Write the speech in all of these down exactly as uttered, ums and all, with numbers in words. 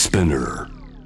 Spinner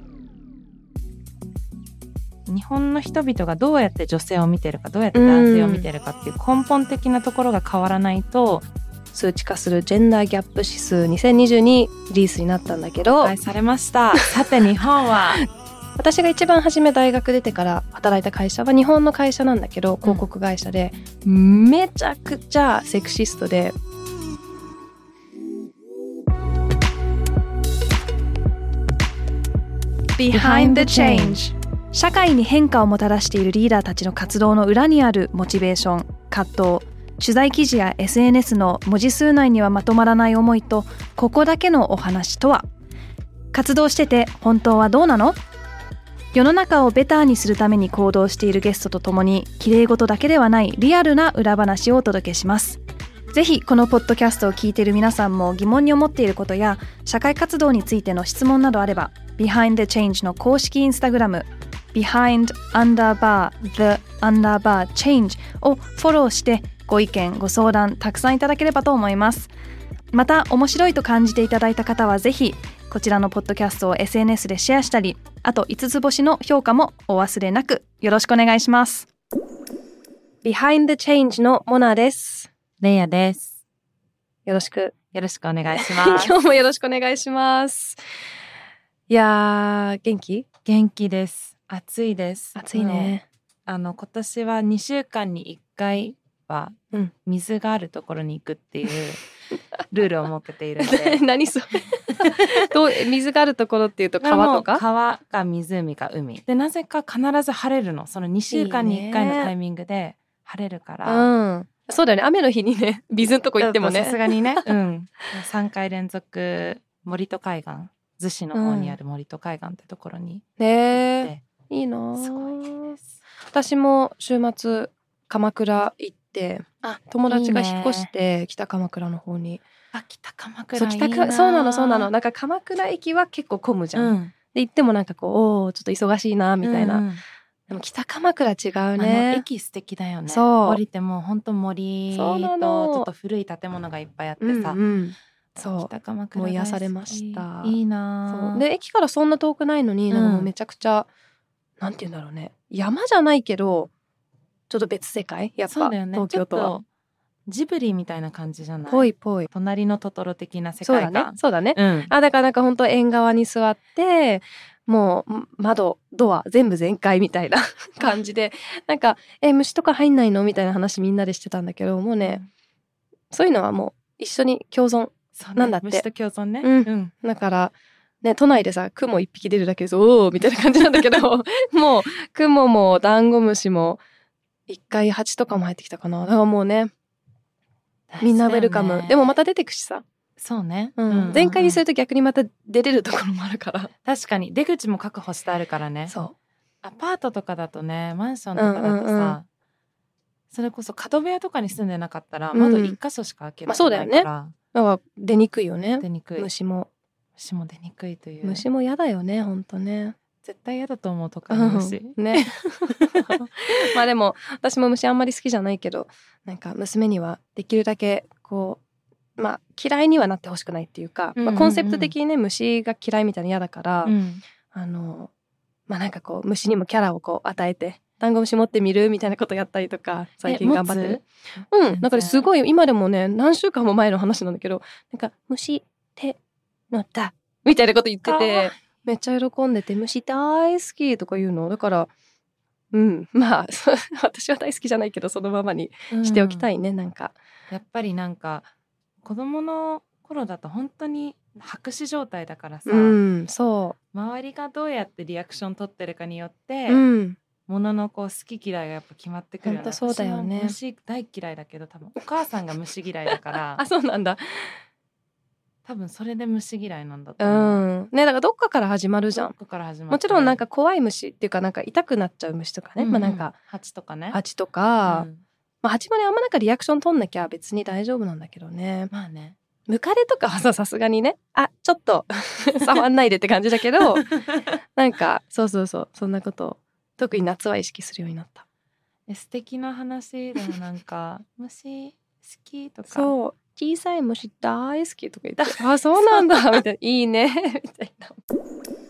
日本の人々がどうやって女性を見てるか、どうやって男性を見てるかっていう根本的なところが変わらないと、 数値化するジェンダーギャップ指数にせんにじゅうにリリースになったんだけど、 公開されました。さて日本は私が一番初め大学出てから働いた会社は日本の会社なんだけど、広告会社で、うん、めちゃくちゃセクシストで、Behind the Change、 社会に変化をもたらしているリーダーたちの活動の裏にあるモチベーション、葛藤、取材記事や エスエヌエス の文字数内にはまとまらない思いと、ここだけのお話とは。活動してて本当はどうなの？世の中をベターにするために行動しているゲストとともに、綺麗事だけではないリアルな裏話をお届けします。ぜひこのポッドキャストを聞いている皆さんも疑問に思っていることや社会活動についての質問などあれば、 Behind the Change の公式インスタグラム Behind underbar the underbar change をフォローしてご意見ご相談たくさんいただければと思います。また面白いと感じていただいた方はぜひこちらのポッドキャストを エスエヌエス でシェアしたり、あといつつ星の評価もお忘れなくよろしくお願いします。 Behind the Change のモナです。 レイヤです。 よろしくよろしくお願いします今日もよろしくお願いします。いやー、元気？ 元気です。暑いです。 暑いね、 うん、あの今年はにしゅうかんにいっかいは水があるところに行くっていうルールを設けているので何それどう水があるところっていうと川とか？ 川か湖か海で、なぜか必ず晴れるの。そのにしゅうかんにいっかいのタイミングで晴れるから。 うん、そうだよね。雨の日にね、ビズンとこ行ってもね、 さすがにね、うん、さんかい連続森戸海岸、逗子の方にある森戸海岸ってところに行って、 ね、いいな。 すごいです。 私も週末鎌倉行って、あ、友達が引っ越して北鎌倉の方に。 あ、北鎌倉そう、北かそうなのそうなの。なんか鎌倉駅は結構混むじゃん、うん、で行ってもなんかこう、おーちょっと忙しいなみたいな、うんうん、でも北鎌倉違うね。 あの駅素敵だよね。 そう降りてもうほんと森とちょっと古い建物がいっぱいあってさ、 うんうん、そう北鎌倉もう癒されました。 いいな。 そうで駅からそんな遠くないのに、なんかもうめちゃくちゃ、うん、なんて言うんだろうね、山じゃないけどちょっと別世界、やっぱ、ね、東京とはジブリみたいな感じじゃない？ ぽいぽい。 隣のトトロ的な世界観。 そうだね。そうだね。 うん、 あ、だからなんか本当縁側に座ってもう窓ドア全部全開みたいな感じでなんかえ虫とか入んないのみたいな話みんなでしてたんだけど、もうね、うん、そういうのはもう一緒に共存なんだって、ね、 虫と共存ね、 うんうん、だからね、都内でさ雲一匹出るだけでおーみたいな感じなんだけどもう雲もダンゴムシも一回蜂とかも入ってきたかな。だからもうね、みんなウェルカム、ね、でもまた出てくしさ。 そうね、 うんうんうん、全開にすると逆にまた出れるところもあるから。 確かに出口も確保してあるからね。 そう、 アパートとかだとね、マンションとかだとさ、うんうんうん、それこそ角部屋とかに住んでなかったら、うん、窓一箇所しか開けられないから、まあ、そうだよね。だから出にくいよね。 出にくい。 虫も虫も出にくいという。 虫も嫌だよね、ほんとね。 絶対嫌だと思うとか虫、 うん、ねまあでも私も虫あんまり好きじゃないけど、なんか娘にはできるだけこう、まあ嫌いにはなってほしくないっていうか、うんうんうん、まあ、コンセプト的にね虫が嫌いみたいな嫌だから、うん、あのまあなんかこう虫にもキャラをこう与えて、ダンゴムシ持ってみるみたいなことやったりとか最近頑張ってる。うん、なんかすごい今でもね、何週間も前の話なんだけど、なんか虫ってのだみたいなこと言ってて、めっちゃ喜んでて、虫大好きとか言うの。だからうんまあ私は大好きじゃないけどそのままにしておきたいね、うん、なんかやっぱりなんか子供の頃だと本当に白紙状態だからさ、うん、そう周りがどうやってリアクション取ってるかによって、うん、もののこう好き嫌いがやっぱ決まってくるよね。 本当そうだよね。 虫大嫌いだけど多分お母さんが虫嫌いだからあ、そうなんだ。 多分それで虫嫌いなんだと思う、 うん、ね、だからどっかから始まるじゃん。 どっかから始まる。 もちろんなんか怖い虫っていうかなんか痛くなっちゃう虫とかね、うんうん、まあなんか蜂とかね、 蜂とか、うん、まあ蜂もねあんまなんかリアクション取んなきゃ別に大丈夫なんだけどね。 まあね、 ムカデとかはささすがにね、あちょっと触んないでって感じだけどなんかそうそうそう、そんなことを特に夏は意識するようになった。 え、素敵な話でもなんか虫好きとか、 そう小さい虫大好きとか言ってあそうなんだみたいないいねみたいな。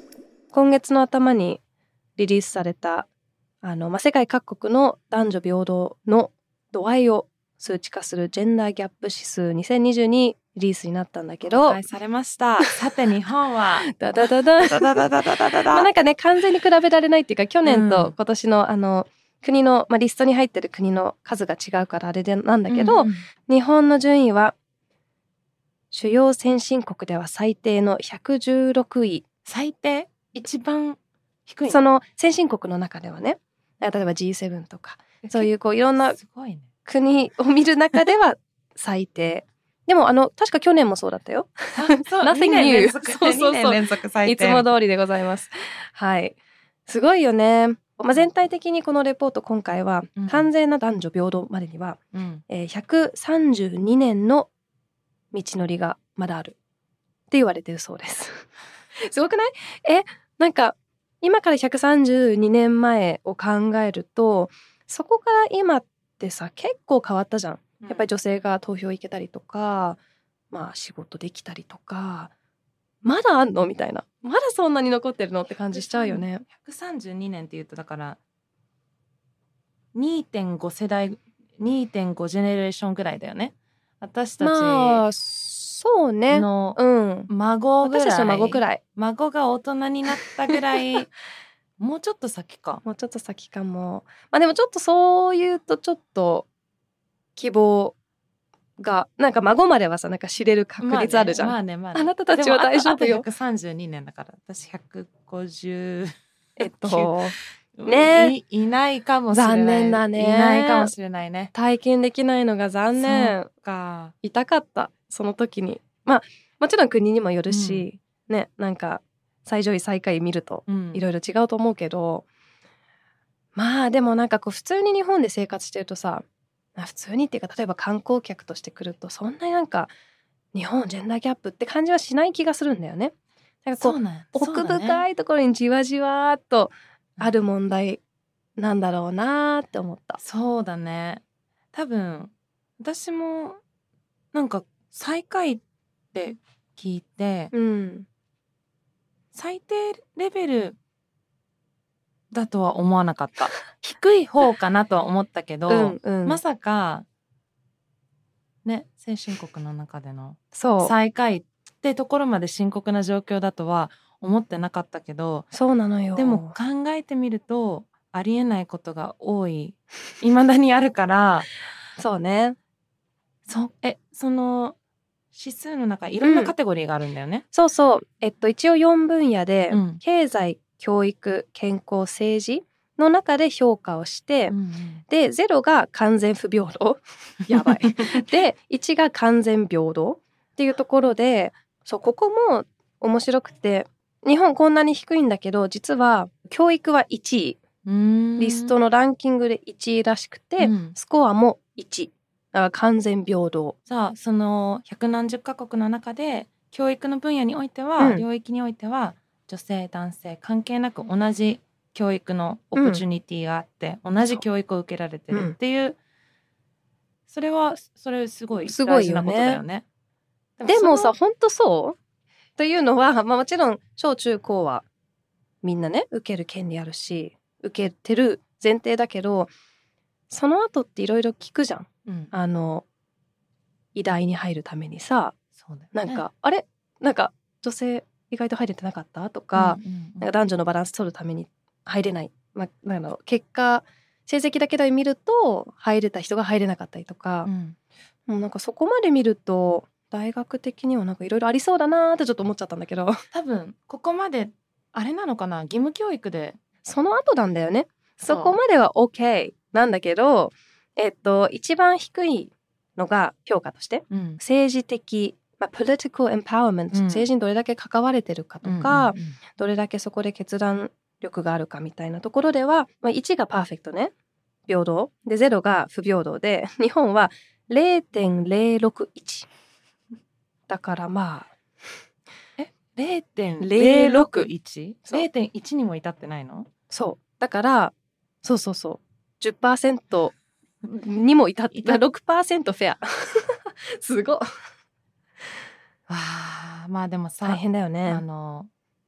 今月の頭にリリースされたあの、まあ、世界各国の男女平等の度合いを数値化するジェンダーギャップ指数にせんにじゅうにリリースになったんだけど、 公開されました。さて日本はダダダダダダダダダダダまあなんかね、完全に比べられないっていうか、去年と今年の、うん、あの国の、まあ、リストに入ってる国の数が違うからあれでなんだけど、うんうん、日本の順位は主要先進国では最低のひゃくじゅうろくい。 最低？一番低いの？ その先進国の中ではね、例えば ジーセブン とかそういうこういろんな国を見る中では最低。でもあの確か去年もそうだったよ。Nothing new。そうそうそう。いつも通りでございます。はい。すごいよね。まあ、全体的にこのレポート今回は、うん、完全な男女平等までには、うんえー、ひゃくさんじゅうにねんの道のりがまだあるって言われてるそうです。すごくない？え、なんか今からひゃくさんじゅうにねんまえを考えると、そこから今ってさ結構変わったじゃん。やっぱり女性が投票行けたりとか、まあ仕事できたりとか、まだあんのみたいな、まだそんなに残ってるのって感じしちゃうよね。 ひゃくさんじゅうにねんっていうとだから にてんご 世代 にてんご ジェネレーションぐらいだよね。私たちまあそうねの孫ぐらい、 私たちの孫くらい、 孫が大人になったぐらいもうちょっと先かもうちょっと先かも。まあでもちょっとそう言うとちょっと希望がなんか孫まではさなんか知れる確率あるじゃん。 まあね、まあね、まあね。 あなたたちは大丈夫よ。 ひゃくさんじゅうにねんだから私ひゃくごじゅうえっとねい, いないかもしれない。 残念だね。 いないかもしれないね。 体験できないのが残念。 そうか。 痛かったその時に。まあもちろん国にもよるし、うん、ねなんか最上位最下位見るといろいろ違うと思うけど、うん、まあでもなんかこう普通に日本で生活してるとさ、普通にっていうか例えば観光客として来るとそんなになんか日本ジェンダーギャップって感じはしない気がするんだよね。なんかこう、ね、奥深いところにじわじわっとある問題なんだろうなって思った。 そうだね。多分私もなんか最下位って聞いて、うん、最低レベルだとは思わなかった。低い方かなとは思ったけど、うんうん、まさかね先進国の中での最下位ってところまで深刻な状況だとは思ってなかったけど、 そうなのよ。 でも考えてみるとありえないことが多い未だにあるからそうね。 そえその指数の中いろんなカテゴリーがあるんだよね、うん、 そうそう、えっと一応よんぶんやで、うん、経済教育健康政治の中で評価をして、うんうん、でゼロが完全不平等やばいでいちが完全平等っていうところで、そうここも面白くて、日本こんなに低いんだけど実は教育はいちい、リストのランキングでいちいらしくて、うん、スコアもいち、だから完全平等。 さあその百何十カ国の中で教育の分野においては、うん、領域においては女性男性関係なく同じ教育のオポチュニティがあって、うん、同じ教育を受けられてるっていう、うん、それはそれすごい大事なことだよね。 でもさ本当そうというのは、まあ、もちろん小中高はみんなね受ける権利あるし受けてる前提だけど、その後っていろいろ聞くじゃん、うん、あの医大に入るためにさ、そうだよね、なんかあれなんか女性意外と入れてなかったとか、うんうんうん、なんか男女のバランス取るために入れない、まあ、なんだろう結果成績だけで見ると入れた人が入れなかったりとか、うん、もうなんかそこまで見ると大学的にはなんかいろいろありそうだなってちょっと思っちゃったんだけど、 多分ここまであれなのかな、義務教育でその後なんだよね。そこまでは OK なんだけど、えっと一番低いのが評価として、うん、政治的、まあ、political empowerment、うん、政治にどれだけ関われてるかとか、うんうんうん、どれだけそこで決断力があるかみたいなところでは、まあ、いちがパーフェクトね平等でゼロが不平等で、日本は ゼロてんゼロろくいち だからまあえ ゼロてんゼロろくいち? ゼロてんいち にも至ってないの？ そうだからそうそうそう じゅっパーセント にも至ってろくパーセント フェアすごっ。 わあ、まあでもさ大変だよね。 あの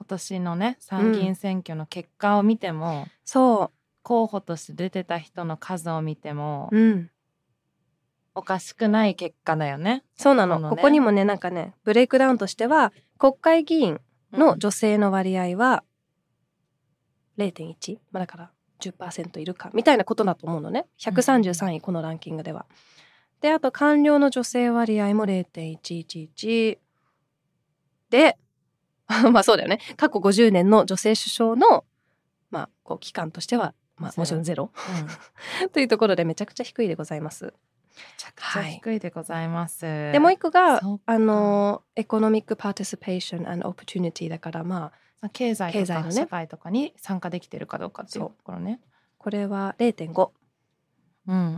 今年のね参議院選挙の結果を見ても、 うん、そう候補として出てた人の数を見ても、 うん、 おかしくない結果だよね。 そうなの、 このね、 ここにもねなんかねブレイクダウンとしては国会議員の女性の割合は れいてんいち、まあ、だから じゅっパーセント いるかみたいなことだと思うのね。ひゃくさんじゅうさんい、このランキングでは。であと官僚の女性割合も れいてんいちいちいち でまあそうだよね、過去ごじゅうねんの女性首相の、まあ、こう期間としては、まあ、もちろんゼロ、うん、というところでめちゃくちゃ低いでございます。めちゃくちゃ低いでございます、はい、 でもう一個があのエコノミックパーティシペーション and オプチュニティだから、まあ経済とか経済の、ね、 社会とかに参加できてるかどうかっていうところね。 これは れいてんご、 うんうんうんうん、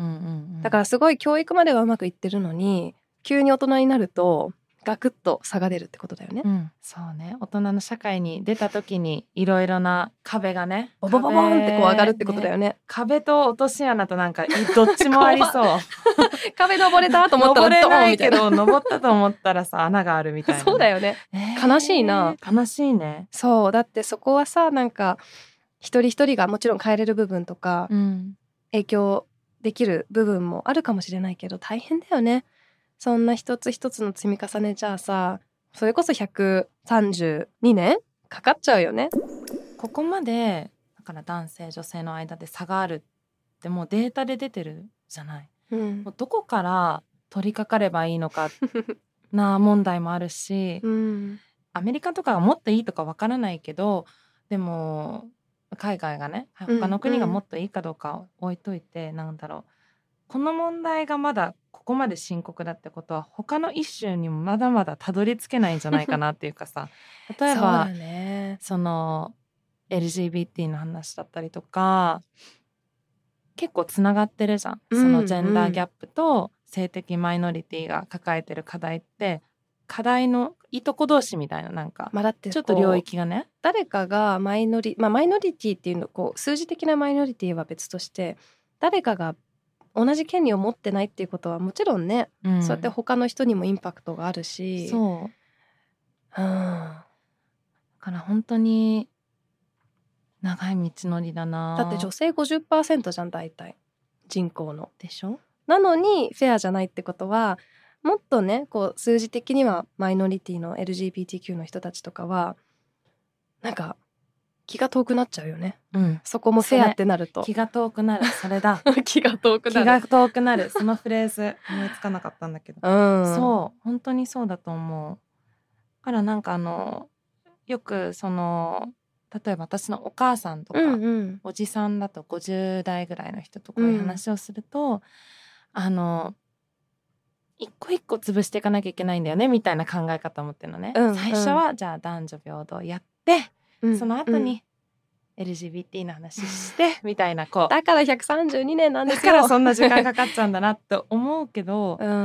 だからすごい教育まではうまくいってるのに急に大人になるとガクッと差が出るってことだよね、 うん、そうね、大人の社会に出た時にいろいろな壁がねボボボボンってこう上がるってことだよね。 ね、壁と落とし穴となんかどっちもありそう壁登れたと思ったら登れないけど登ったと思ったらさ穴があるみたいな、ね、 そうだよね、えー、悲しいな。 悲しいね。 そうだってそこはさなんか一人一人がもちろん変えれる部分とか、うん、影響できる部分もあるかもしれないけど大変だよね。そんな一つ一つの積み重ねじゃあさそれこそひゃくさんじゅうにねんかかっちゃうよね。 ここまでだから男性女性の間で差があるってもうデータで出てるじゃない、うん、もうどこから取り掛かればいいのかな問題もあるし、うん、アメリカとかがもっといいとかわからないけどでも海外がね他の国がもっといいかどうか置いといて、うん、なんだろうこの問題がまだここまで深刻だってことは他の一種にもまだまだたどり着けないんじゃないかなっていうかさ例えば そ,、ね、その エルジービーティー の話だったりとか結構つながってるじゃん、うんうん、そのジェンダーギャップと性的マイノリティが抱えてる課題って課題のいとこ同士みたいななんか、まあ、だってちょっと領域がね誰かがマイノリ、まあ、マイノリティっていうのこう数字的なマイノリティは別として誰かが同じ権利を持ってないっていうことはもちろんね、うん、そうやって他の人にもインパクトがあるしそう、うん、だから本当に長い道のりだな。 だって女性 ごじゅっパーセント じゃん大体人口のでしょ。なのにフェアじゃないってことはもっとねこう数字的にはマイノリティの エルジービーティーキュー の人たちとかはなんか気が遠くなっちゃうよね、うん、そこもフェアってなると気が遠くなるそれだ気が遠くなる気が遠くなるそのフレーズ思いつかなかったんだけど、うん、そう本当にそうだと思う。だからなんかあのよくその例えば私のお母さんとか、うんうん、おじさんだとごじゅう代ぐらいの人とこういう話をすると、うん、あの一個一個潰していかなきゃいけないんだよねみたいな考え方を持ってるのね、うんうん、最初はじゃあ男女平等やってその後に エルジービーティー の話してみたいなこうだからひゃくさんじゅうにねんなんですよだからそんな時間かかっちゃうんだなと思うけど、うん、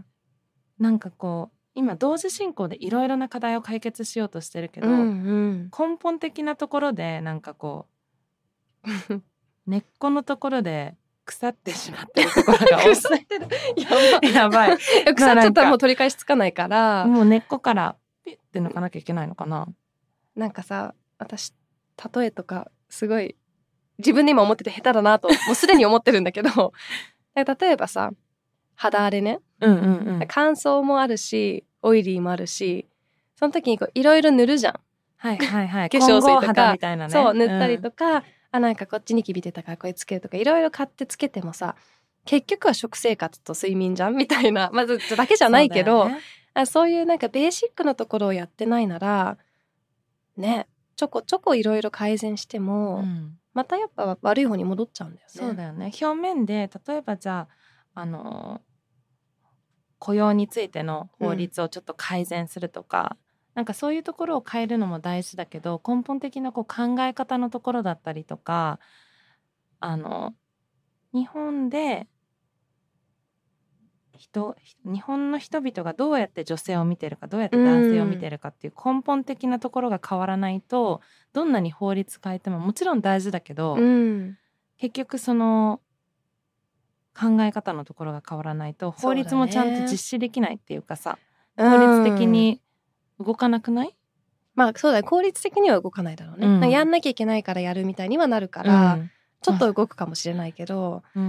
なんかこう今同時進行でいろいろな課題を解決しようとしてるけど、うんうん、根本的なところでなんかこう根っこのところで腐ってしまってるところが腐ってるやばいやばい腐っちゃったらもう取り返しつかないからもう根っこからピッて抜かなきゃいけないのかな。 なんかさ私例えとかすごい自分で今思ってて下手だなともうすでに思ってるんだけど例えばさ肌荒れね、うんうんうん、乾燥もあるしオイリーもあるしその時にいろいろ塗るじゃん、 はいはいはい、 化粧水とかみたいなね、 そう塗ったりとか、うん、あなんかこっちニキビ出たからこれつけるとかいろいろ買ってつけてもさ結局は食生活と睡眠じゃんみたいなまずだけじゃないけどそう、ね、あそういうなんかベーシックなところをやってないならねちょこちょこいろいろ改善しても、うん、またやっぱ悪い方に戻っちゃうんだよね。 そうだよね。表面で例えばじゃあ、あの雇用についての法律をちょっと改善するとか、うん、なんかそういうところを変えるのも大事だけど根本的なこう考え方のところだったりとかあの日本で人日本の人々がどうやって女性を見てるかどうやって男性を見てるかっていう根本的なところが変わらないとどんなに法律変えてももちろん大事だけど、うん、結局その考え方のところが変わらないと法律もちゃんと実施できないっていうかさ、法律的に動かなくない？ まあそうだね、効率的には動かないだろうね、 うん、 やんなきゃいけないからやるみたいにはなるから、うん、ちょっと動くかもしれないけど、うんうん、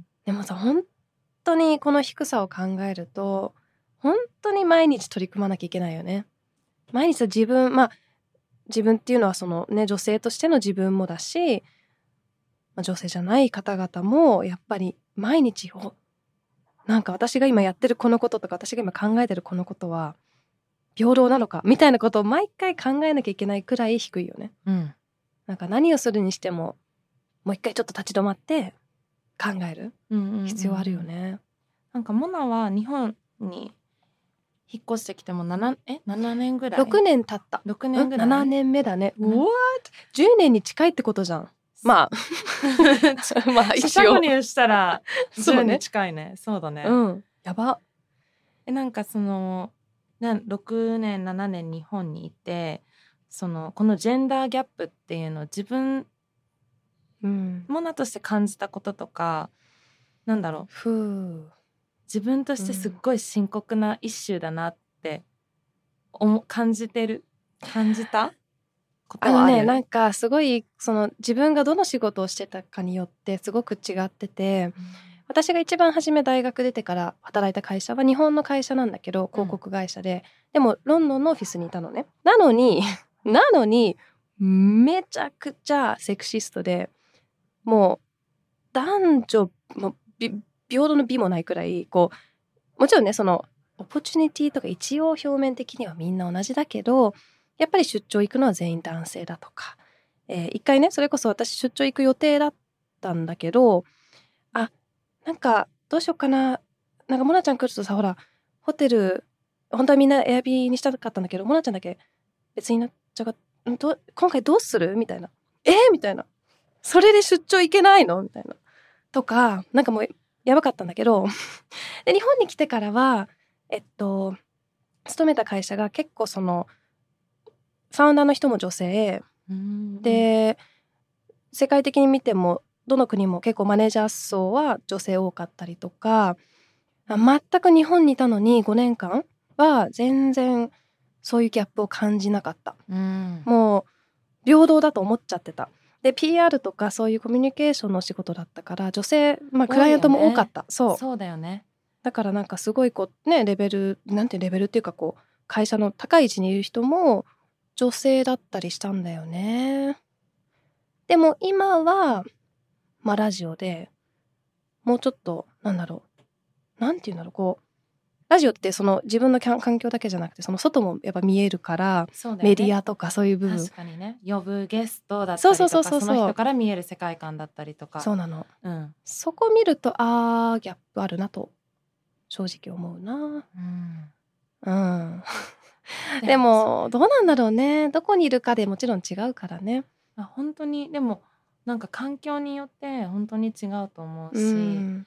でもさ本当にこの低さを考えると本当に毎日取り組まなきゃいけないよね。毎日自分まあ自分っていうのはそのね女性としての自分もだし、まあ、女性じゃない方々もやっぱり毎日をなんか私が今やってるこのこととか私が今考えてるこのことは平等なのかみたいなことを毎回考えなきゃいけないくらい低いよね、うん、なんか何をするにしてももう一回ちょっと立ち止まって考える必要あるよね、うんうんうん、 なんかモナは日本に引っ越してきても 7, えななねんぐらいろくねん経ったろくねんぐらいななねんめだね、うん、What? じゅうねんに近いってことじゃん。まあまあ一応にしたらじゅうに近いね。そうだね、 うん、やば。 えなんかそのなろくねんななねん日本にいてそのこのジェンダーギャップっていうのを自分モナとして感じたこととか、なんだろう、 ふう自分としてすっごい深刻なイシューだなって思感じてる感じたことはある？ あのね、なんかすごいその自分がどの仕事をしてたかによってすごく違ってて、うん、私が一番初め大学出てから働いた会社は日本の会社なんだけど広告会社で、うん、でもロンドンのオフィスにいたのね。なのになのにめちゃくちゃセクシストで、もう男女も平等の美もないくらいこう、もちろんねそのオポチュニティとか一応表面的にはみんな同じだけど、やっぱり出張行くのは全員男性だとか、えー、一回ねそれこそ私出張行く予定だったんだけど、あなんかどうしようかな、なんかモナちゃん来るとさ、ほらホテル本当はみんなエアビーにしたかったんだけどモナちゃんだけ別になっちゃうか、ど今回どうするみたいな、えー、みたいな、それで出張行けないのみたいなとか、なんかもうやばかったんだけどで日本に来てからはえっと勤めた会社が結構そのファウンダーの人も女性で、世界的に見てもどの国も結構マネージャー層は女性多かったりとか、全く日本にいたのにごねんかんは全然そういうギャップを感じなかった、うん、もう平等だと思っちゃってた。で ピーアール とかそういうコミュニケーションの仕事だったから女性、まあ、クライアントも多かった、ね、そうそうだよね。 だからなんかすごいこうねレベルなんてレベルっていうかこう会社の高い位置にいる人も女性だったりしたんだよね。でも今はまあラジオでもうちょっとなんだろうなんていうんだろう、こうラジオってその自分の環境だけじゃなくてその外もやっぱ見えるから、ね、メディアとかそういう部分、 確かにね、呼ぶゲストだったりとか、そうそうそうそう、その人から見える世界観だったりとか、 そうなの、うん、そこ見るとあーギャップあるなと正直思うな、うんうんでもどうなんだろうね、どこにいるかでもちろん違うからね。 あ本当にでもなんか環境によって本当に違うと思うし、うん、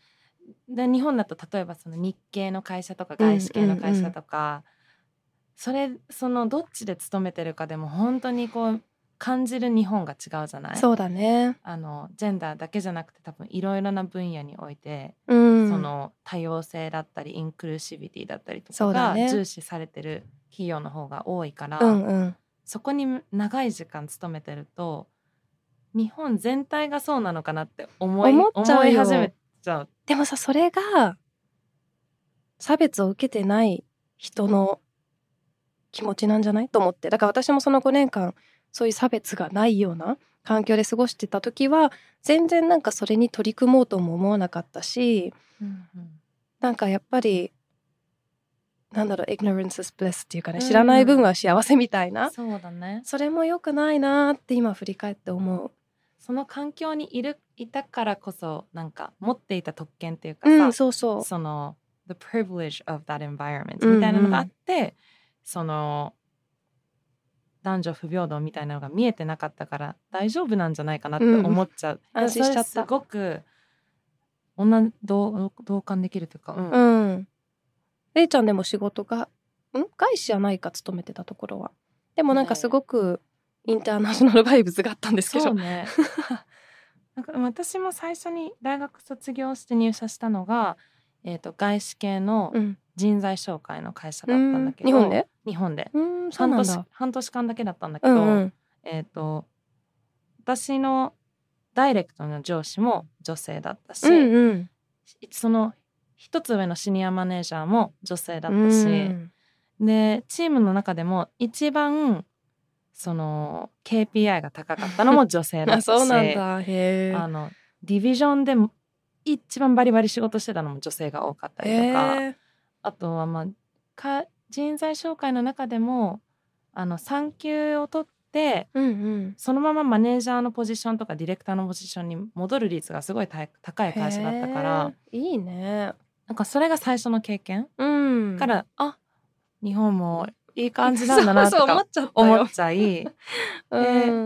で日本だと例えばその日系の会社とか外資系の会社とか、うんうんうん、それそのどっちで勤めてるかでも本当にこう感じる日本が違うじゃない。 そうだね。 あのジェンダーだけじゃなくて多分いろいろな分野において、うん、その多様性だったりインクルーシビティだったりとかが重視されてる企業の方が多いから、うんうん、そこに長い時間勤めてると日本全体がそうなのかなって思い、思っちゃうよ、思い始めちゃう。 でもさそれが差別を受けてない人の気持ちなんじゃないと思って、だから私もそのごねんかんそういう差別がないような環境で過ごしてた時は全然なんかそれに取り組もうとも思わなかったし、うんうん、なんかやっぱりなんだろう ignorance is bliss っていうかね、知らない分は幸せみたいな、うん、 そうだね、 それも良くないなって今振り返って思う。 その環境にいるいたからこそなんか持っていた特権っていうかさ、 うん、そうそう、 その the privilege of that environment みたいなのがあって、うんうん、その男女不平等みたいなのが見えてなかったから大丈夫なんじゃないかなって思っちゃう、うん、安心しちゃった。それすごく同同同感できるというか、うんうん、れいちゃんでも仕事がん外資じゃないか勤めてたところはでもなんかすごくインターナショナルバイブズがあったんですけど、 そうねなんか私も最初に大学卒業して入社したのが、えーと、外資系の人材紹介の会社だったんだけど、 日本で日本でうん半年半年間だけだったんだけど、うんうん、えっ、ー、と私のダイレクトの上司も女性だったし、うんうん、その一つ上のシニアマネージャーも女性だったし、うん、でチームの中でも一番その ケーピーアイ が高かったのも女性だったしそうなんだ。へー。 あのディビジョンで一番バリバリ仕事してたのも女性が多かったりとか、あとはまあか人材紹介の中でもあの産休を取って、うんうん、そのままマネージャーのポジションとかディレクターのポジションに戻る率がすごい高い会社だったから、 いいね。 なんかそれが最初の経験、うん、からあ日本もいい感じなんだなとか思っちゃいうん、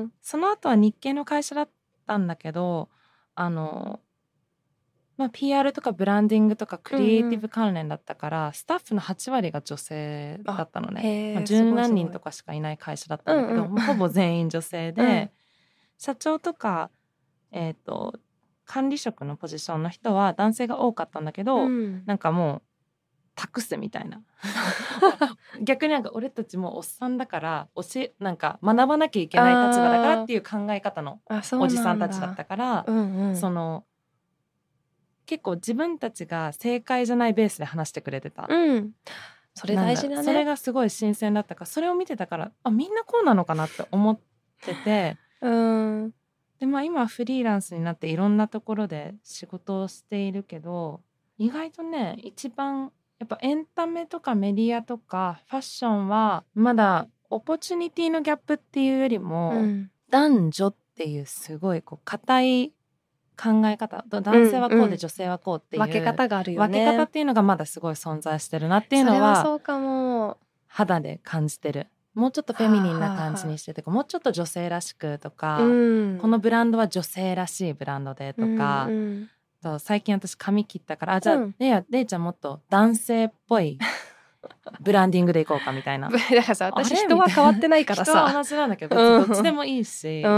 でその後は日系の会社だったんだけど、あの、まあ、ピーアール とかブランディングとかクリエイティブ関連だったから、うんうん、スタッフのはち割が女性だったのね。まあ、じゅう何人とかしかいない会社だったんだけど、うんうん、ほぼ全員女性で、うん、社長とか、えーと、管理職のポジションの人は男性が多かったんだけど、うん、なんかもう託すみたいな逆になんか俺たちもおっさんだから教えなんか学ばなきゃいけない立場だからっていう考え方のおじさんたちだったから、うんうん、その結構自分たちが正解じゃないベースで話してくれてた、うん、 それ大事だね。 それがすごい新鮮だったから、それを見てたからあみんなこうなのかなって思っててうんで、まあ、今フリーランスになっていろんなところで仕事をしているけど、意外とね一番やっぱエンタメとかメディアとかファッションはまだオポチュニティのギャップっていうよりも、うん、男女っていうすごいこう固い考え方、男性はこうで、うんうん、女性はこうっていう分け方があるよね。 分け方っていうのがまだすごい存在してるなっていうのは、 それはそうかも。 肌で感じてる。もうちょっとフェミニンな感じにしてて、もうちょっと女性らしくとか、うん、このブランドは女性らしいブランドでとか、うんうん最近私髪切ったからあじゃあ、うん、レイレイちゃんもっと男性っぽいブランディングでいこうかみたいなだからさ私人は変わってないからさ人は同じなんだけどどっちでもいいし、うん、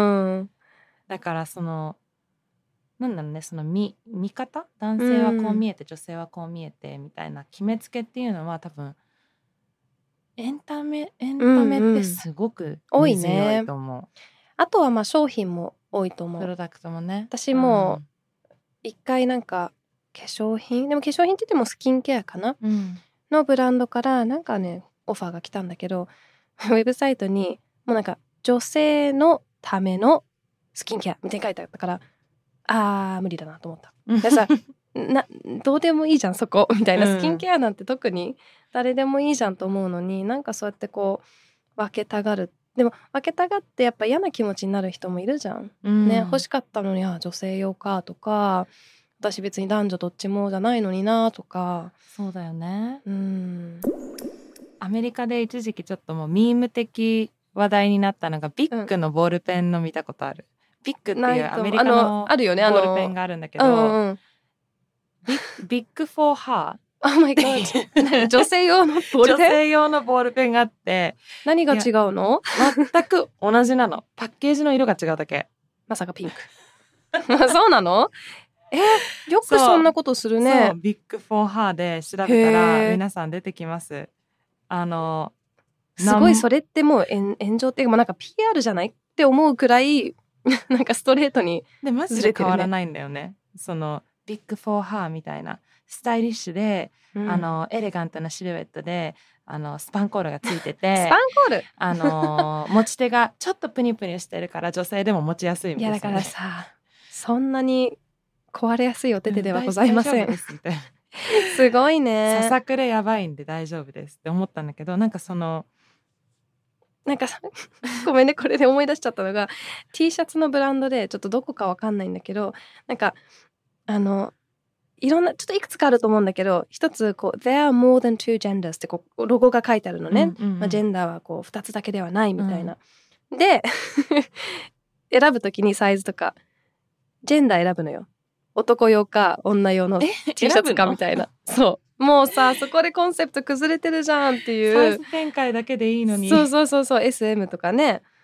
だからそのなんだろうねその 見, 見方男性はこう見えて、うん、女性はこう見えてみたいな決めつけっていうのは多分エンタメエンタメってすごく根強いと思う、うんうんね、 あとはまあ商品も多いと思う。 プロダクトもね。 私も、うん一回なんか化粧品でも化粧品って言ってもスキンケアかな、うん、のブランドからなんかねオファーが来たんだけどウェブサイトにもうなんか女性のためのスキンケアみたいに書いてあったからあー無理だなと思ったでさなどうでもいいじゃんそこみたいな、スキンケアなんて特に誰でもいいじゃんと思うのに、なんかそうやってこう分けたがる。でも分けたがってやっぱ嫌な気持ちになる人もいるじゃん、うん、ね欲しかったのにあ女性用かとか私別に男女どっちもじゃないのになとか。 そうだよね。うんアメリカで一時期ちょっともうミーム的話題になったのがビッグのボールペンの見たことある、うん、ビッグっていうアメリカのボールペンがあるんだけど、うんうん、ビ, ビッグフォーハー Oh my god 女性用のボールペン女性用のボールペンがあって何が違うの？ 全く同じなの。パッケージの色が違うだけ。 まさかピンクそうなの？えよくそんなことするね。 そうビッグフォーハーで調べたら皆さん出てきます。あのすごいそれってもう炎上っていうかなんか ピーアール じゃないって思うくらいなんかストレートにでマジで変わらないんだよね。そのビッグフォーハーみたいなスタイリッシュで、うん、あのエレガントなシルエットであのスパンコールがついててスパンコールあの持ち手がちょっとプニプニしてるから女性でも持ちやすいみたいな、ね、 いやだからさそんなに壊れやすいお手手ではございません、うん、す, すごいね。 ささくれやばいんで大丈夫ですって思ったんだけどなんかそのなんかごめんねこれで思い出しちゃったのが T シャツのブランドでちょっとどこかわかんないんだけどなんかあのいろんなちょっといくつかあると思うんだけど一つこう There are more than two genders ってこうロゴが書いてあるのね、うんうんうんまあ、ジェンダーはこうふたつだけではないみたいな、うん、で選ぶときにサイズとかジェンダー選ぶのよ。男用か女用の T シャツかみたいな。そうもうさそこでコンセプト崩れてるじゃんっていう。 サイズ展開だけでいいのに。 そうそうそうそう エスエム とかね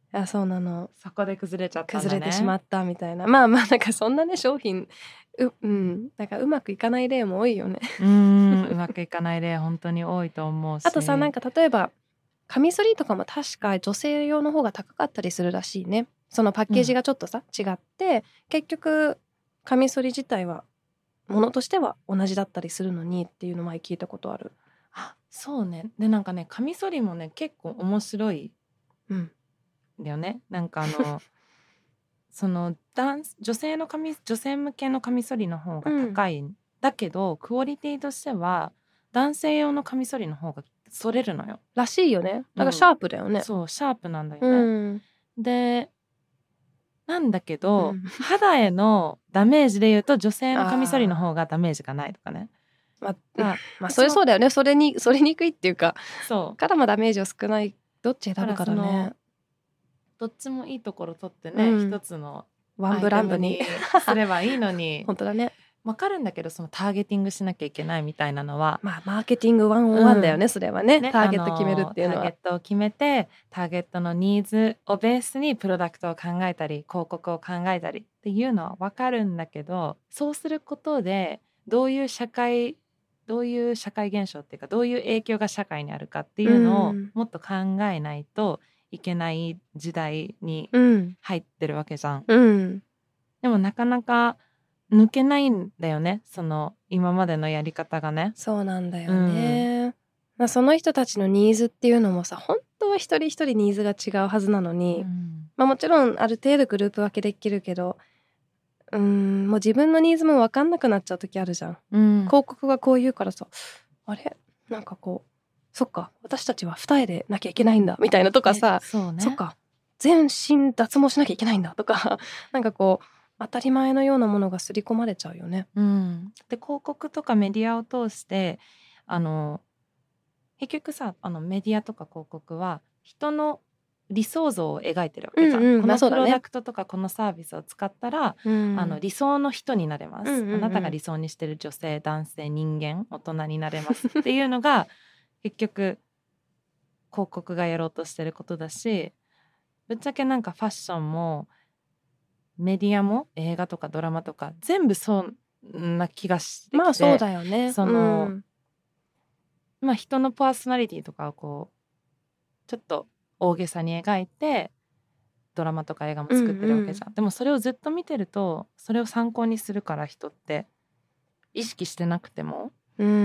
やそうなの、 そこで崩れちゃったんだね。 崩れてしまったみたいな。まあまあなんかそんなね商品う、うん、なんかうまくいかない例も多いよね。 うーんうまくいかない例本当に多いと思うし、 あとさなんか例えばカミソリとかも確か女性用の方が高かったりするらしいね。そのパッケージがちょっとさ、うん、違って結局カミソリ自体はものとしては同じだったりするのにっていうの前聞いたことある。 あ、そうね。でなんかねカミソリもね結構面白いんだよね、うん、なんかあのその男女性のカミ女性向けのカミソリの方が高い、うん、だけどクオリティとしては男性用のカミソリの方がそれるのよ。 らしいよね。だからシャープだよね、うん、 そうシャープなんだよね、うん、でなんだけど、うん、肌へのダメージで言うと女性のカミソリの方がダメージがないとかね。 まあ、まあそれそうだよね。それにそれにくいっていうか、そうからもダメージは少ない。どっち選ぶからね。 どっちもいいところ取ってね、うん、一つのワンブランドにすればいいのに本当だね。 わかるんだけどそのターゲティングしなきゃいけないみたいなのはまあマーケティングワンオンワンだよね、うん、それは ね, ねターゲット決めるっていうのは、 ターゲットを決めてターゲットのニーズをベースにプロダクトを考えたり広告を考えたりっていうのはわかるんだけど、そうすることでどういう社会どういう社会現象っていうかどういう影響が社会にあるかっていうのをもっと考えないといけない時代に入ってるわけじゃん、うん、でもなかなか抜けないんだよね、その今までのやり方がね。 そうなんだよね、うん、まあ、その人たちのニーズっていうのもさ本当は一人一人ニーズが違うはずなのに、うん、まあ、もちろんある程度グループ分けできるけどうーんもう自分のニーズも分かんなくなっちゃう時あるじゃん、うん、広告がこう言うからさあれなんかこうそっか私たちは二重でなきゃいけないんだみたいなとかさ、そうね、そっか全身脱毛しなきゃいけないんだとかなんかこう当たり前のようなものが刷り込まれちゃうよね、 うん、で広告とかメディアを通してあの結局さあのメディアとか広告は人の理想像を描いてるわけじゃん、うんうん、このプロダクトとかこのサービスを使ったら、うん、あの理想の人になれます、うんうんうん、あなたが理想にしてる女性男性人間大人になれますっていうのが結局広告がやろうとしてることだし、ぶっちゃけなんかファッションもメディアも映画とかドラマとか全部そうな気がしてきて、 まあそうだよね、 その、うん、まあ人のパーソナリティとかをこうちょっと大げさに描いてドラマとか映画も作ってるわけじゃん、うんうん、でもそれをずっと見てるとそれを参考にするから人って意識してなくても、うん、うん、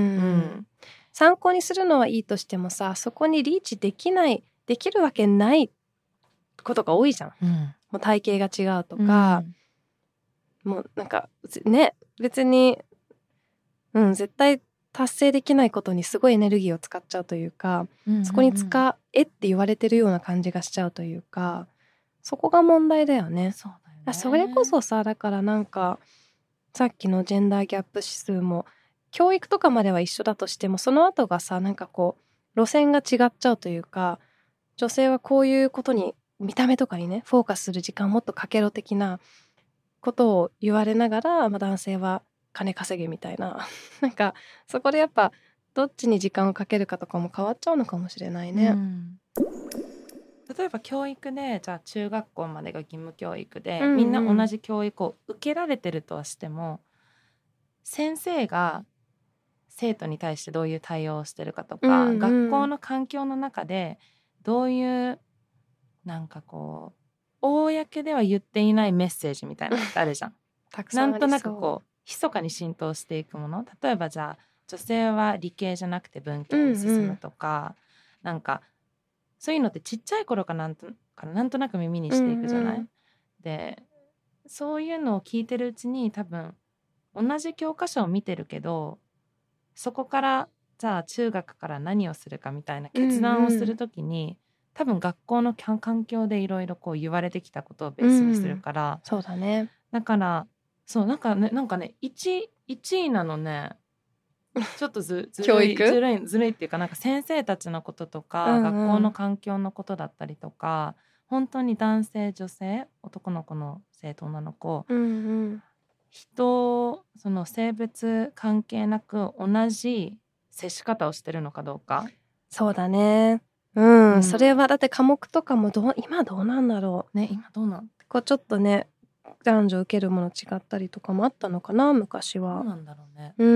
参考にするのはいいとしてもさそこにリーチできないできるわけないことが多いじゃん、うん、もう体型が違うとか、うん、もうなんかね別にうん絶対達成できないことにすごいエネルギーを使っちゃうというか、うんうんうん、そこに使えって言われてるような感じがしちゃうというかそこが問題だよね。そうだよね。それこそさだからなんかさっきのジェンダーギャップ指数も教育とかまでは一緒だとしてもその後がさなんかこう路線が違っちゃうというか女性はこういうことに見た目とかにねフォーカスする時間をもっとかけろ的なことを言われながら、まあ、男性は金稼げみたいななんかそこでやっぱどっちに時間をかけるかとかも変わっちゃうのかもしれないね、うん、 例えば教育でじゃあ中学校までが義務教育で、うんうん、みんな同じ教育を受けられてるとはしても先生が生徒に対してどういう対応をしてるかとか、うんうん、学校の環境の中でどういうなんかこう公では言っていないメッセージみたいなのってあるじゃんたくさんありそう。なんとなくこう密かに浸透していくもの、例えばじゃあ女性は理系じゃなくて文系に進むとか、うんうん、なんかそういうのってちっちゃい頃からなんとからなんとなく耳にしていくじゃない、うんうん、でそういうのを聞いてるうちに多分同じ教科書を見てるけどそこからじゃあ中学から何をするかみたいな決断をするときに、うんうん、多分学校の環境でいろいろこう言われてきたことをベースにするから、うん、 そうだね。 だからそうなんかねなんかね 1, いちいなのねちょっと ず, ず, るいずるいずるいっていうかなんか先生たちのこととか、うんうん、学校の環境のことだったりとか本当に男性女性男の子の生徒女の子、うんうん、人その性別関係なく同じ接し方をしてるのかどうか。 そうだね。 うん、 うん、 それはだって科目とかもどう今どうなんだろうね。今どうなんこうちょっとね男女受けるもの違ったりとかもあったのかな昔は。 そうなんだろうね。 うん、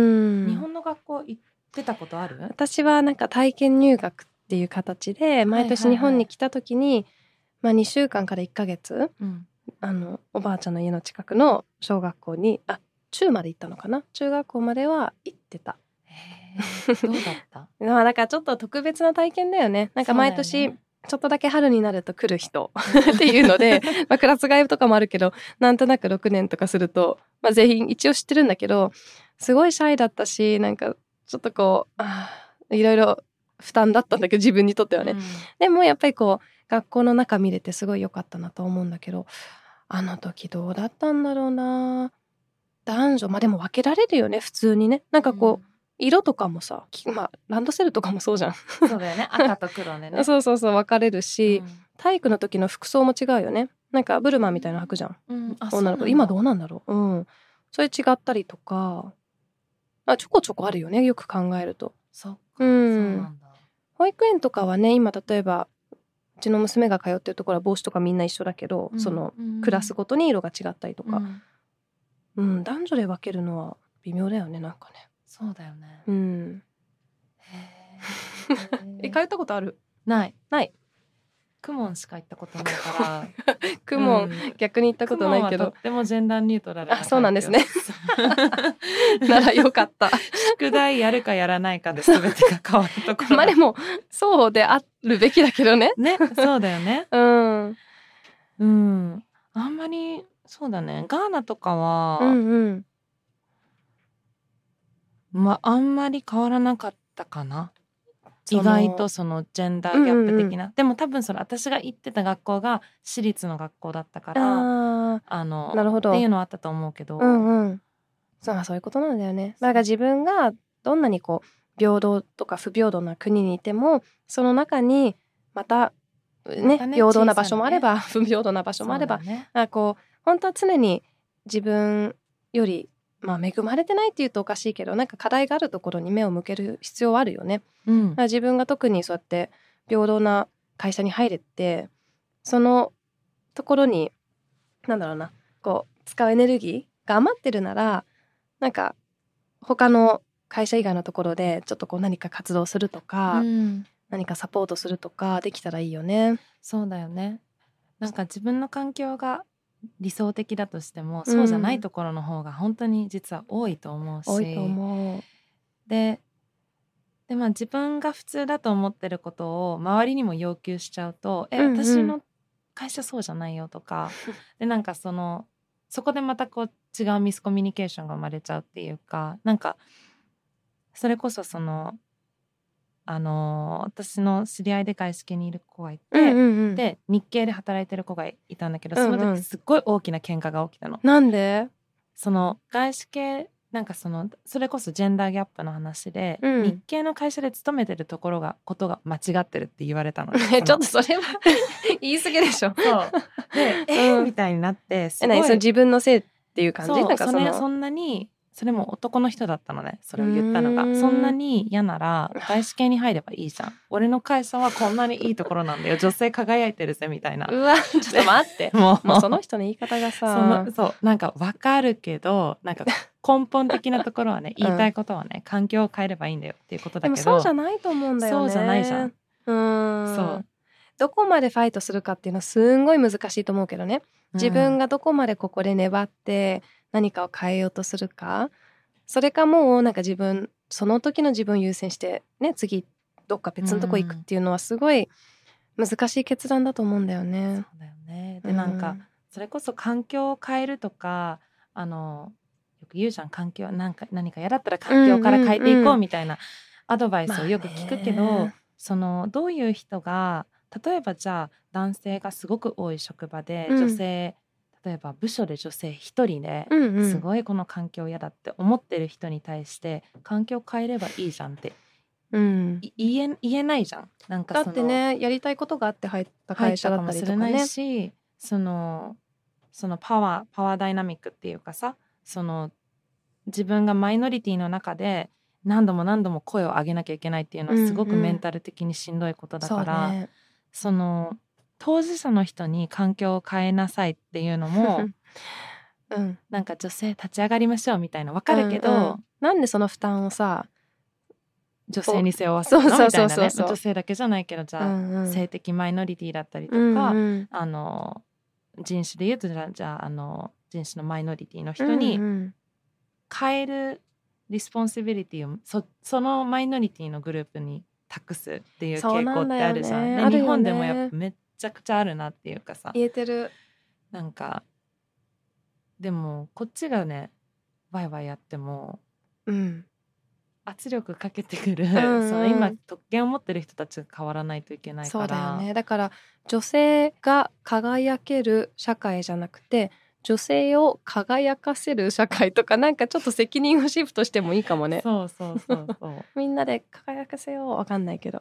日本の学校行ってたことある？ 私はなんか体験入学っていう形で毎年日本に来た時に、はいはいはい、まあ、にしゅうかんからいっかげつ、うん、あのおばあちゃんの家の近くの小学校にあ中まで行ったのかな中学校までは行ってた。 へどうだったまあだからちょっと特別な体験だよね。なんか毎年ちょっとだけ春になると来る人っていうので、まあ、クラス替えとかもあるけどなんとなくろくねんとかすると、まあ、全員一応知ってるんだけどすごいシャイだったしなんかちょっとこうあいろいろ負担だったんだけど自分にとってはね、うん、でもやっぱりこう学校の中見れてすごい良かったなと思うんだけどあの時どうだったんだろうな。男女まあでも分けられるよね普通にね。なんかこう、うん色とかもさ、まあ、ランドセルとかもそうじゃん。 そうだよね。赤と黒でね。 そうそうそう、分かれるし、うん、体育の時の服装も違うよね。なんかブルマンみたいなの履くじゃん。うん、女の子今どうなんだろう。うん。それ違ったりとか、あちょこちょこあるよね。よく考えると。 そっか、 うん、そうなんだ。保育園とかはね、今例えばうちの娘が通ってるところは帽子とかみんな一緒だけど、うん、そのクラスごとに色が違ったりとか、うんうん、男女で分けるのは微妙だよねなんかね。 そうだよね。 うん。へえ。通ったことある？ ない。 ない。 クモンしか行ったことないから。 クモン、うん、逆に行ったことないけど。 とってもジェンダーニュートラルな。 あ、そうなんですね。ならよかった。 宿題やるかやらないかで全てが変わるところ。 まあでもそうであるべきだけどね。 ね、そうだよね。 うん。 うん。あんまりそうだね。ガーナとかは。 うんうん。 まあ、あんまり変わらなかったかな。意外とそのジェンダーギャップ的な、うんうん、でも多分その私が行ってた学校が私立の学校だったからああのなるほどっていうのはあったと思うけど、 うんうん、そうそういうことなんだよね。だから自分がどんなにこう平等とか不平等な国にいてもその中にまたね、ね平等な場所もあれば、ね、不平等な場所もあれば、ね、こう本当は常に自分よりまあ、恵まれてないっていうとおかしいけどなんか課題があるところに目を向ける必要はあるよね、うん、自分が特にそうやって平等な会社に入れてそのところになんだろうなこう使うエネルギーが余ってるならなんか他の会社以外のところでちょっとこう何か活動するとか、うん、何かサポートするとかできたらいいよね。 そうだよね。なんか自分の環境が理想的だとしても、うん、そうじゃないところの方が本当に実は多いと思うし、 多いと思う。 で、でまあ自分が普通だと思ってることを周りにも要求しちゃうと、うんうん、え私の会社そうじゃないよとかでなんかそのそこでまたこう違うミスコミュニケーションが生まれちゃうっていうかなんかそれこそそのあのー、私の知り合いで外資系にいる子がいて、うんうんうん、で日系で働いてる子がいたんだけど、うんうん、その時すっごい大きな喧嘩が起きたの。 なんで？ その外資系なんかそのそれこそジェンダーギャップの話で、うん、日系の会社で勤めてるところがことが間違ってるって言われたの。 ちょっとそれは言い過ぎでしょ。 そうでえー、みたいになってすごいその自分のせいっていう感じ。 そうなんかそのそ, そんなにそれも男の人だったのねそれを言ったのが。そんなに嫌なら外資系に入ればいいじゃん俺の会社はこんなにいいところなんだよ女性輝いてるぜみたいな。 うわちょっと待ってもうもうその人の言い方がさそのそうなんか分かるけどなんか根本的なところはね言いたいことはね、うん、環境を変えればいいんだよっていうことだけどでもそうじゃないと思うんだよね。 そうじゃないじゃん。 うんそうどこまでファイトするかっていうのはすんごい難しいと思うけどね自分がどこまでここで粘って何かを変えようとするかそれかもうなんか自分その時の自分を優先してね次どっか別のとこ行くっていうのはすごい難しい決断だと思うんだよね。 そうだよね。でなんか、うん、それこそ環境を変えるとかあのよく言うじゃん環境なんか何か嫌だったら環境から変えていこうみたいなアドバイスをよく聞くけど、まあね、そのどういう人が例えばじゃあ男性がすごく多い職場で女性、うん、例えば部署で女性一人ですごいこの環境嫌だって思ってる人に対して環境変えればいいじゃんって、うん、言え、言えないじゃん。なんかそのだってねやりたいことがあって入った会社だったりとかね。 入ったかもしれないしその、そのパワーパワーダイナミックっていうかさその自分がマイノリティの中で何度も何度も声を上げなきゃいけないっていうのはすごくメンタル的にしんどいことだから、うんうん、その当事者の人に環境を変えなさいっていうのもうん、なんか女性立ち上がりましょうみたいな分かるけど、うんうん、 なんでその負担をさ女性に背負わせるのみたいなね。女性だけじゃないけどじゃあ、うんうん、性的マイノリティだったりとか、うんうん、あの人種で言うとじゃあ、じゃあ、あの人種のマイノリティの人に変えるリスポンシビリティを そ, そのマイノリティのグループに託すっていう傾向ってあるじゃん、ね、日本でもやっぱめっちゃくちゃあるなっていうかさ、 言えてる。 なんかでもこっちがねワイワイやっても、うん、圧力かけてくる、うんうん、その今特権を持ってる人たちが変わらないといけないから。 そうだよね。だから女性が輝ける社会じゃなくて女性を輝かせる社会とか、なんかちょっと責任をシフトしてもいいかもね。 そうそうそうそうみんなで輝かせよう。わかんないけど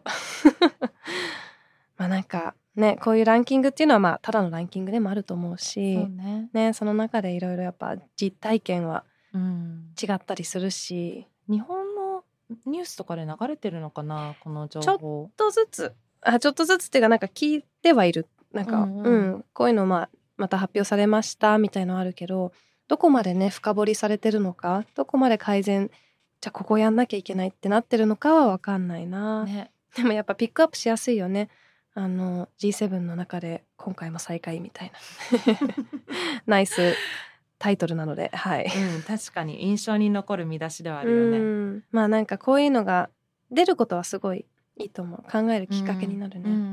まあなんかね、こういうランキングっていうのはまあただのランキングでもあると思うし、 そうね、 ね、その中でいろいろやっぱ実体験は違ったりするし、 うん、日本のニュースとかで流れてるのかな、この情報。 ちょっとずつあちょっとずつっていうかなんか聞いてはいる。なんか、うんうんうん、こういうのまあまた発表されましたみたいのあるけど、どこまでね深掘りされてるのか、どこまで改善、じゃあここやんなきゃいけないってなってるのかは分かんないな、ね、でもやっぱピックアップしやすいよね。あの ジーセブン の中で今回も再開みたいなナイスタイトルなので、はい、 うん、確かに印象に残る見出しではあるよね。うん、 まあなんかこういうのが出ることはすごいいいと思う。考えるきっかけになるね。うんうんうんうん、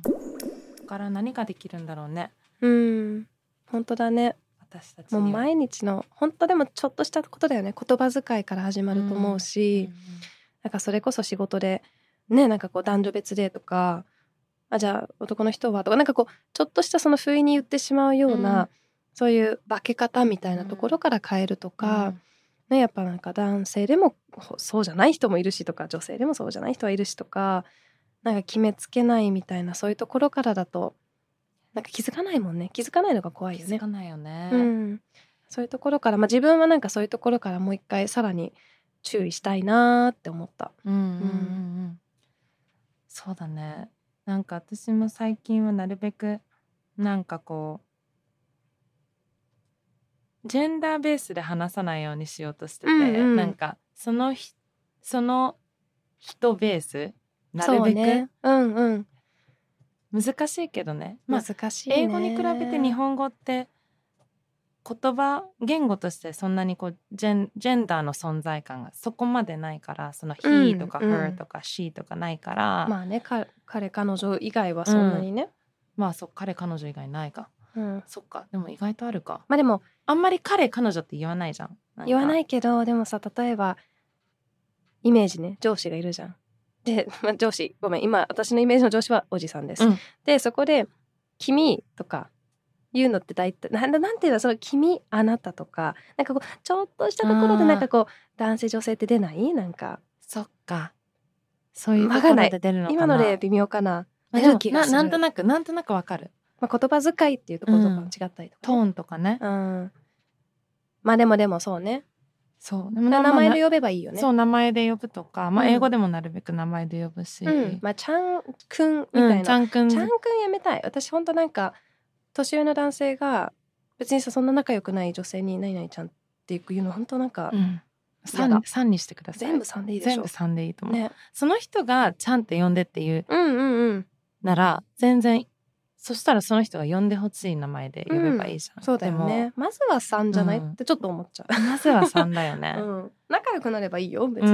だから何ができるんだろうね。 うん、本当だね。 私たちもう毎日の本当でもちょっとしたことだよね。言葉遣いから始まると思うし、うんうんうん、なんかそれこそ仕事でね、なんかこう男女別でとか、あじゃあ男の人はとか、なんかこうちょっとしたその不意に言ってしまうような、うん、そういう化け方みたいなところから変えるとか、うんね、やっぱなんか男性でもそうじゃない人もいるしとか、女性でもそうじゃない人はいるしとか、なんか決めつけないみたいな、そういうところからだとなんか気づかないもんね。気づかないのが怖いよね。 気づかないよね、 うん、そういうところから、まあ、自分はなんかそういうところからもう一回さらに注意したいなって思った。 うんうんうんうん、そうだね。なんか私も最近はなるべくなんかこうジェンダーベースで話さないようにしようとしてて、うんうん、なんかそのひその人ベースなるべく、ね、うんうん、難しいけどね、 まあ、難しいね。 英語に比べて日本語って言葉言語としてそんなにこうジェン、ジェンダーの存在感がそこまでないから、その he とか her とか she とかないから、 まあね、か彼彼女以外はそんなにね、うん、 まあそう彼彼女以外ないか、うん、そっか。でも意外とあるか。 まあでもあんまり彼彼女って言わないじゃん。 なん言わないけど、でもさ、例えばイメージね、上司がいるじゃん。で、まあ、上司ごめん今私のイメージの上司はおじさんです、うん、でそこで君とか言うのって大体 な, なんていうの、その君あなたとか、なんかこうちょっとしたところでなんかこう男性女性って出ない？なんかそっか、そういうところで出るのかな。 今の例微妙かな。 出る気がする。 な, なんとなくなんとなくわかる、 まあ、言葉遣いっていうところとかも違ったりとか、 ね、うん、トーンとかね、 うん、まあでもでもそうね、 そうでも名前で呼べばいいよね。 そう名前で呼ぶとか、まあ、英語でもなるべく名前で呼ぶし、 うん、まあちゃんくんみたいな、うん、 ちゃんくんちゃんくんやめたい。私ほんとなんか年上の男性が別にさそんな仲良くない女性に何々ちゃんっていうのほんとなんか、うん、 さん, さんにしてください。 全部さんでいいでしょ。 全部さんでいいと思う、ね、その人がちゃんって呼んでっていう、うんうんうん、なら全然、そしたらその人が呼んでほしい名前で呼べばいいじゃん、 うん、そうだよね。まずはさんじゃない、うん、ってちょっと思っちゃう。 まずはさんだよね、 うん、仲良くなればいいよ別に、うん、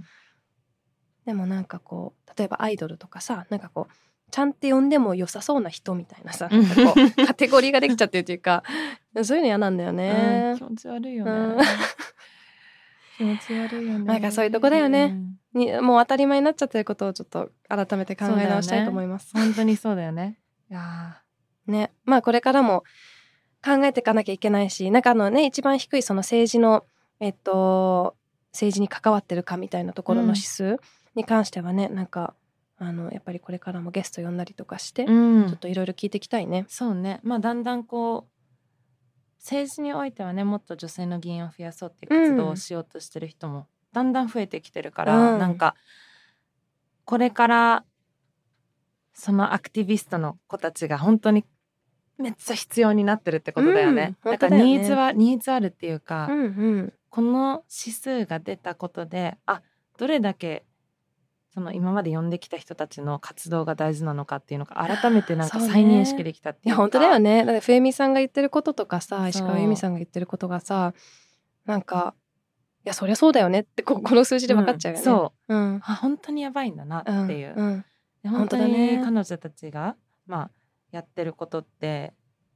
でもなんかこう例えばアイドルとかさ、なんかこうちゃんって呼んでも良さそうな人みたいなさ、なんかこうカテゴリーができちゃってるっていうかそういうの嫌なんだよね、 うん、気持ち悪いよね、うん、気持ち悪いよね。 なんかそういうとこだよね、うん、にもう当たり前になっちゃってることをちょっと改めて考え直したいと思います、 ね、本当にそうだよね。いやね、まあこれからも考えていかなきゃいけないし、なんかあのね一番低いその政治のえっと政治に関わってるかみたいなところの指数に関してはね、うん、なんかあのやっぱりこれからもゲスト呼んだりとかして、うん、ちょっといろいろ聞いていきたいね。 そうね、まあだんだんこう政治においてはねもっと女性の議員を増やそうっていう活動をしようとしてる人もだんだん増えてきてるから、うん、なんかこれからそのアクティビストの子たちが本当にめっちゃ必要になってるってことだよね。うん、だからニーズは、ね、ニーズあるっていうか、うんうん、この指数が出たことで、あ、どれだけその今まで呼んできた人たちの活動が大事なのかっていうのが改めてなんか再認識できたっていうか。 いや本当だよね。だって冬美さんが言ってることとかさ、石川由美さんが言ってることがさ、なんかいやそりゃそうだよねってここの数字で分かっちゃうよね。 うん、そう、うん、あ本当にやばいんだなっていう。うんうん、で本当に彼女たちが、まあ、やってることって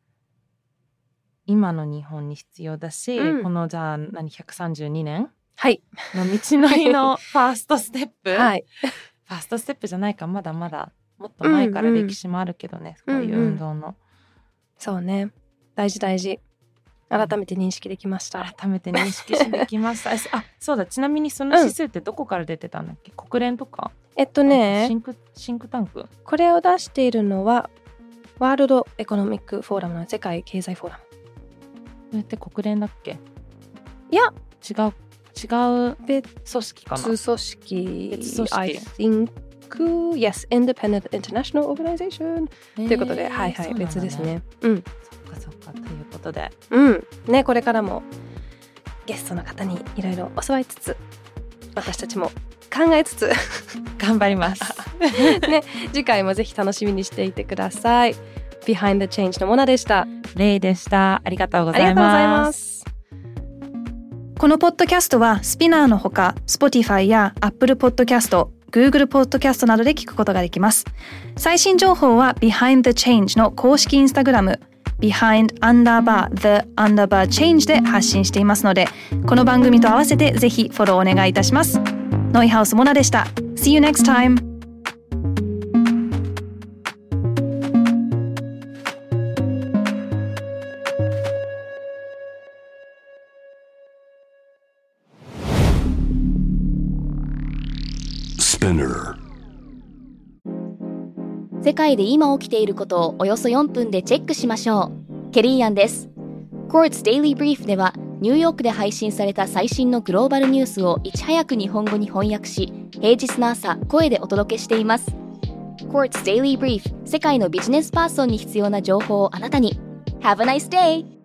今の日本に必要だし、うん、このじゃあ何ひゃくさんじゅうにねんの道のりのファーストステップ、はい、ファーストステップじゃないか、まだまだもっと前から歴史もあるけどね、うんうん、そういう運動の、うんうん、 そうね、大事大事、改めて認識できました。 改めて認識できましたあ、そうだ、ちなみにその指数ってどこから出てたんだっけ、うん、国連とかえっとねシンク、シンクタンク、 これを出しているのはワールドエコノミックフォーラムの世界経済フォーラム。 それって国連だっけ？ いや違う違う組織かな。 別組織。別組織。I think yes, independent international organization ということで、はいはい、別ですね。うん。 そっかそっかということで、 うんね、これからもゲストの方にいろいろ教わりつつ、私たちも考えつつ頑張ります。 ね、次回もぜひ楽しみにしていてください。Behind the Change のモナでした。 レイでした。ありがとうございます。ありがとうございます。 このポッドキャストはスピナーのほか Spotify や Apple Podcast、Google Podcast などで聞くことができます。最新情報は Behind the Change の公式インスタグラム Behind underbar the underbar change で発信していますので、この番組と合わせてぜひフォローお願いいたします。ノイハウスモナでした。See you next time! Spinner 世界で今起きていることをおよそよんぷんでチェックしましょう。ケリーアンです。 Quartz Daily Brief ではニューヨークで配信された最新のグローバルニュースをいち早く日本語に翻訳し、平日の朝声でお届けしています。 Quartz Daily Brief、 世界のビジネスパーソンに必要な情報をあなたに。 Have a nice day!